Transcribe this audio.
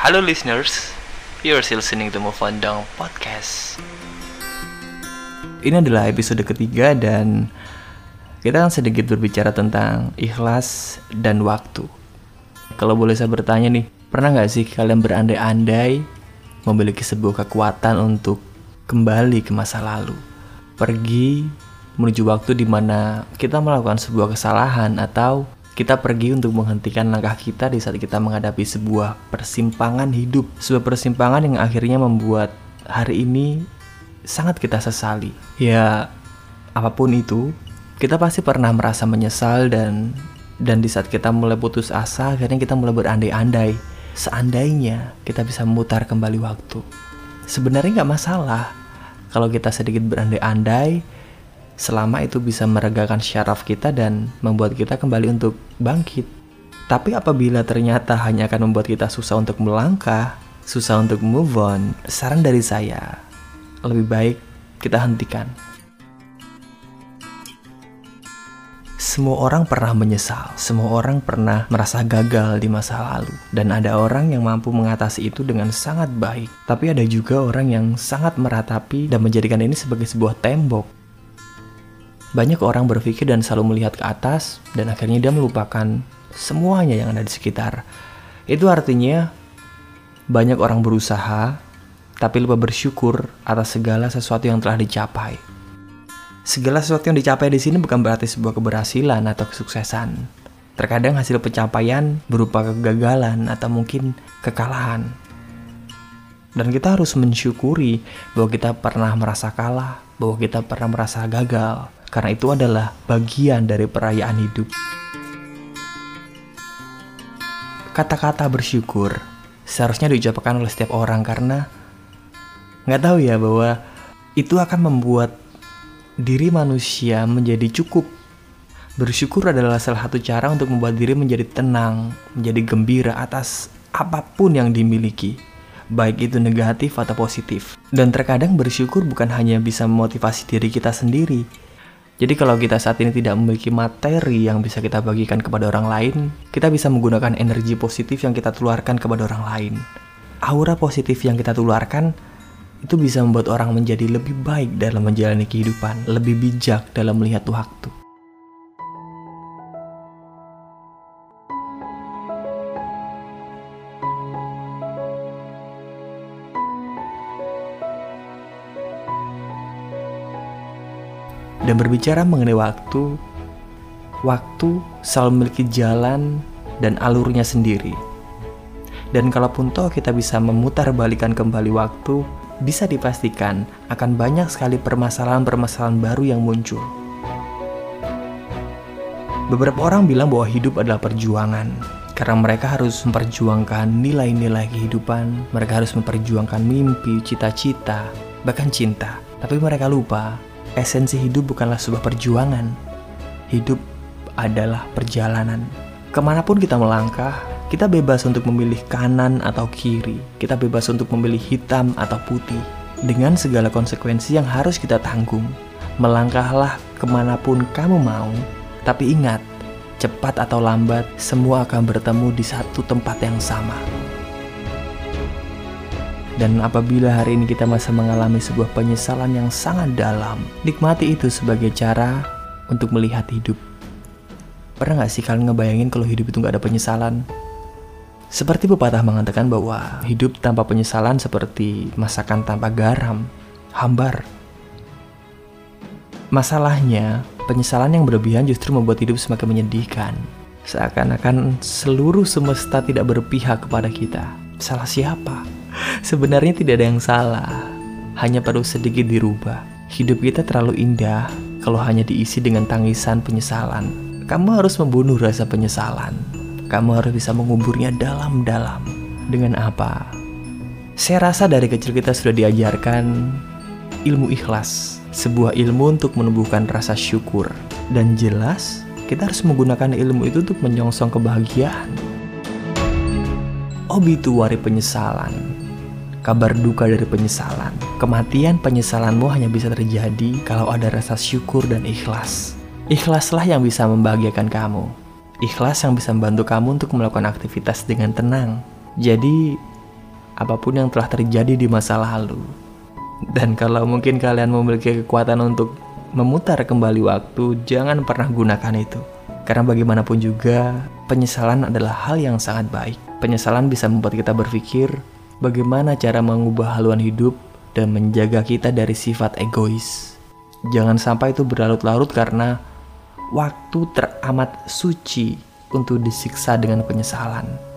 Halo listeners, you're still listening to Move On Dong Podcast. Ini adalah episode ketiga dan kita akan sedikit berbicara tentang ikhlas dan waktu. Kalau boleh saya bertanya nih, pernah gak sih kalian berandai-andai memiliki sebuah kekuatan untuk kembali ke masa lalu? Pergi menuju waktu di mana kita melakukan sebuah kesalahan atau kita pergi untuk menghentikan langkah kita di saat kita menghadapi sebuah persimpangan hidup. Sebuah persimpangan yang akhirnya membuat hari ini sangat kita sesali. Ya, apapun itu, kita pasti pernah merasa menyesal dan di saat kita mulai putus asa, akhirnya kita mulai berandai-andai. Seandainya kita bisa memutar kembali waktu. Sebenarnya gak masalah kalau kita sedikit berandai-andai, selama itu bisa meregakan syaraf kita dan membuat kita kembali untuk bangkit. Tapi apabila ternyata hanya akan membuat kita susah untuk melangkah, susah untuk move on, saran dari saya, lebih baik kita hentikan. Semua orang pernah menyesal, semua orang pernah merasa gagal di masa lalu. Dan ada orang yang mampu mengatasi itu dengan sangat baik. Tapi ada juga orang yang sangat meratapi dan menjadikan ini sebagai sebuah tembok. Banyak orang berpikir dan selalu melihat ke atas dan akhirnya dia melupakan semuanya yang ada di sekitar. Itu artinya banyak orang berusaha tapi lupa bersyukur atas segala sesuatu yang telah dicapai. Segala sesuatu yang dicapai di sini bukan berarti sebuah keberhasilan atau kesuksesan. Terkadang hasil pencapaian berupa kegagalan atau mungkin kekalahan. Dan kita harus mensyukuri bahwa kita pernah merasa kalah, bahwa kita pernah merasa gagal. Karena itu adalah bagian dari perayaan hidup. Kata-kata bersyukur seharusnya diucapkan oleh setiap orang karena nggak tahu ya bahwa itu akan membuat diri manusia menjadi cukup. Bersyukur adalah salah satu cara untuk membuat diri menjadi tenang, menjadi gembira atas apapun yang dimiliki, baik itu negatif atau positif. Dan terkadang bersyukur bukan hanya bisa memotivasi diri kita sendiri. Jadi kalau kita saat ini tidak memiliki materi yang bisa kita bagikan kepada orang lain, kita bisa menggunakan energi positif yang kita tularkan kepada orang lain. Aura positif yang kita tularkan itu bisa membuat orang menjadi lebih baik dalam menjalani kehidupan, lebih bijak dalam melihat waktu. Dan berbicara mengenai waktu selalu memiliki jalan dan alurnya sendiri. Dan kalaupun toh kita bisa memutarbalikkan kembali waktu, bisa dipastikan akan banyak sekali permasalahan-permasalahan baru yang muncul. Beberapa orang bilang bahwa hidup adalah perjuangan, karena mereka harus memperjuangkan nilai-nilai kehidupan, mereka harus memperjuangkan mimpi, cita-cita, bahkan cinta. Tapi mereka lupa, esensi hidup bukanlah sebuah perjuangan. Hidup adalah perjalanan. Kemanapun kita melangkah, kita bebas untuk memilih kanan atau kiri. Kita bebas untuk memilih hitam atau putih. Dengan segala konsekuensi yang harus kita tanggung. Melangkahlah kemanapun kamu mau. Tapi ingat, cepat atau lambat, semua akan bertemu di satu tempat yang sama. Dan apabila hari ini kita masih mengalami sebuah penyesalan yang sangat dalam, nikmati itu sebagai cara untuk melihat hidup. Pernah gak sih kalian ngebayangin kalau hidup itu gak ada penyesalan? Seperti pepatah mengatakan bahwa hidup tanpa penyesalan seperti masakan tanpa garam, hambar. Masalahnya, penyesalan yang berlebihan justru membuat hidup semakin menyedihkan. Seakan-akan seluruh semesta tidak berpihak kepada kita. Salah siapa? Sebenarnya tidak ada yang salah, hanya perlu sedikit dirubah. Hidup kita terlalu indah kalau hanya diisi dengan tangisan penyesalan. Kamu harus membunuh rasa penyesalan. Kamu harus bisa menguburnya dalam-dalam. Dengan apa? Saya rasa dari kecil kita sudah diajarkan ilmu ikhlas, sebuah ilmu untuk menumbuhkan rasa syukur. Dan jelas, kita harus menggunakan ilmu itu untuk menyongsong kebahagiaan. Obituari penyesalan, kabar duka dari penyesalan. Kematian penyesalanmu hanya bisa terjadi kalau ada rasa syukur dan ikhlas. Ikhlaslah yang bisa membahagiakan kamu. Ikhlas yang bisa membantu kamu untuk melakukan aktivitas dengan tenang. Jadi, apapun yang telah terjadi di masa lalu. Dan kalau mungkin kalian memiliki kekuatan untuk memutar kembali waktu, jangan pernah gunakan itu. Karena bagaimanapun juga, penyesalan adalah hal yang sangat baik. Penyesalan bisa membuat kita berpikir bagaimana cara mengubah haluan hidup dan menjaga kita dari sifat egois. Jangan sampai itu berlarut-larut karena waktu teramat suci untuk disiksa dengan penyesalan.